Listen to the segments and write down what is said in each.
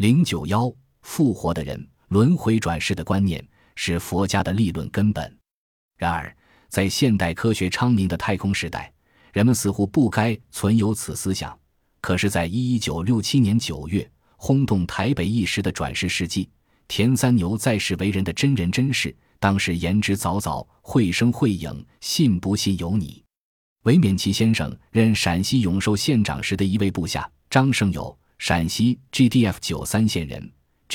091复活的人，轮回转世的观念是佛家的立论根本。然而在现代科学昌明的太空时代，人们似乎不该存有此思想。可是在1967年9月轰动台北一时的转世事迹，田三牛在世为人的真人真事，当时言之凿凿，绘声绘影，信不信由你。韦勉琪先生任陕西永寿县长时的一位部下张生友，陕西 GDF93 县人，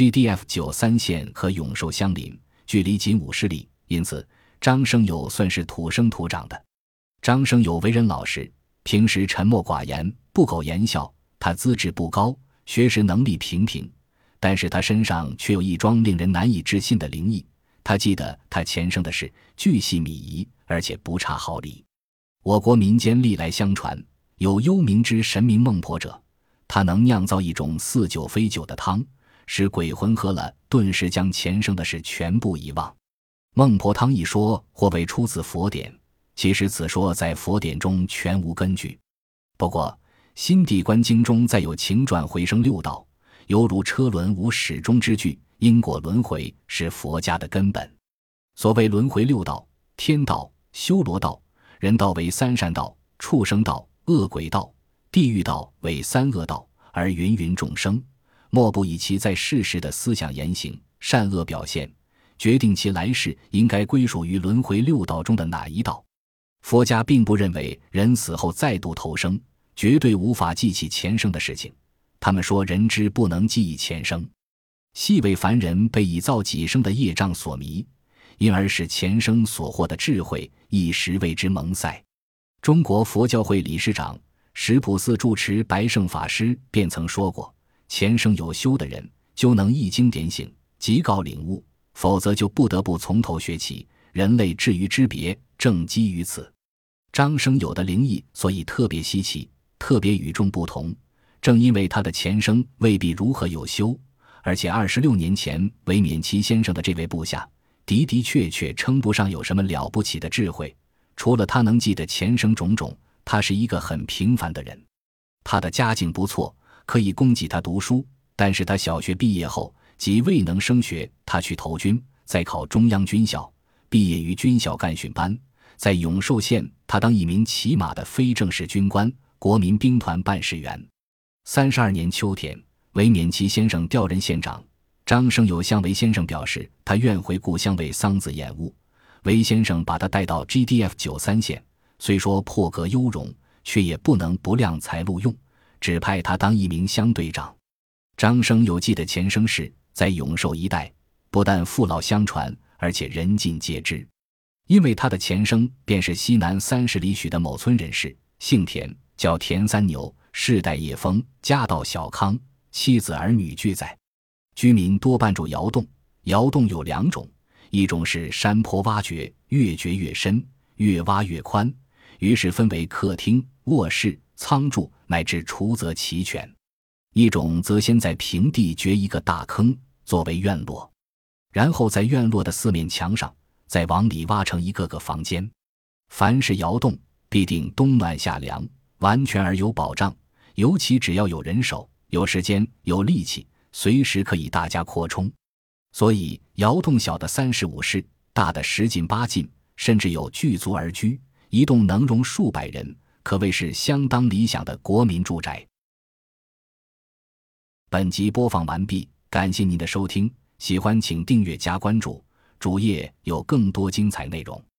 GDF93 县和永寿相邻，距离仅50里，因此张生友算是土生土长的。张生友为人老实，平时沉默寡言，不苟言笑。他资质不高，学识能力平平，但是他身上却有一桩令人难以置信的灵异。他记得他前生的事巨细靡遗，而且不差毫厘。我国民间历来相传有幽冥之神明孟婆者，他能酿造一种似酒非酒的汤，使鬼魂喝了顿时将前生的事全部遗忘。孟婆汤一说或为出自佛典，其实此说在佛典中全无根据。不过心地观经中再有情转回生六道，犹如车轮无始终之句，因果轮回是佛家的根本。所谓轮回六道，天道、修罗道、人道为三善道，畜生道、恶鬼道、地狱道为三恶道，而芸芸众生莫不以其在世时的思想言行、善恶表现，决定其来世应该归属于轮回六道中的哪一道。佛家并不认为人死后再度投生，绝对无法记起前生的事情。他们说人之不能记忆前生，细为凡人被已造几生的业障所迷，因而使前生所获的智慧一时为之蒙塞。中国佛教会理事长石普寺住持白胜法师便曾说过，前生有修的人就能一经点醒，即告领悟，否则就不得不从头学起。人类至于之别，正基于此。张生友的灵异所以特别稀奇，特别与众不同，正因为他的前生未必如何有修，而且26年前韦勉琪先生的这位部下的的确确称不上有什么了不起的智慧，除了他能记得前生种种，他是一个很平凡的人。他的家境不错，可以供给他读书，但是他小学毕业后即未能升学，他去投军，再考中央军校，毕业于军校干训班，在永寿县他当一名骑马的非正式军官，国民兵团办事员。32年秋天，韦勉琪先生调任县长，张生友向韦先生表示他愿回故乡为桑梓掩物，韦先生把他带到 GDF93 县，虽说破格优容，却也不能不量才录用，指派他当一名乡队长。张生友记的前生事在永寿一带不但父老相传，而且人尽皆知。因为他的前生便是西南30里许的某村人士，姓田，叫田三牛，世代业丰，家道小康，妻子儿女俱在。居民多半住窑洞，窑洞有两种，一种是山坡挖掘，越掘越深，越挖越宽，于是分为客厅、卧室、仓住乃至厨则齐全。一种则先在平地掘一个大坑作为院落，然后在院落的四面墙上再往里挖成一个个房间。凡是窑洞必定冬暖夏凉，完全而有保障，尤其只要有人手、有时间、有力气，随时可以大加扩充。所以窑洞小的35室，大的10进8进，甚至有具足而居，一栋能容数百人，可谓是相当理想的国民住宅。本集播放完毕，感谢您的收听，喜欢请订阅加关注，主页有更多精彩内容。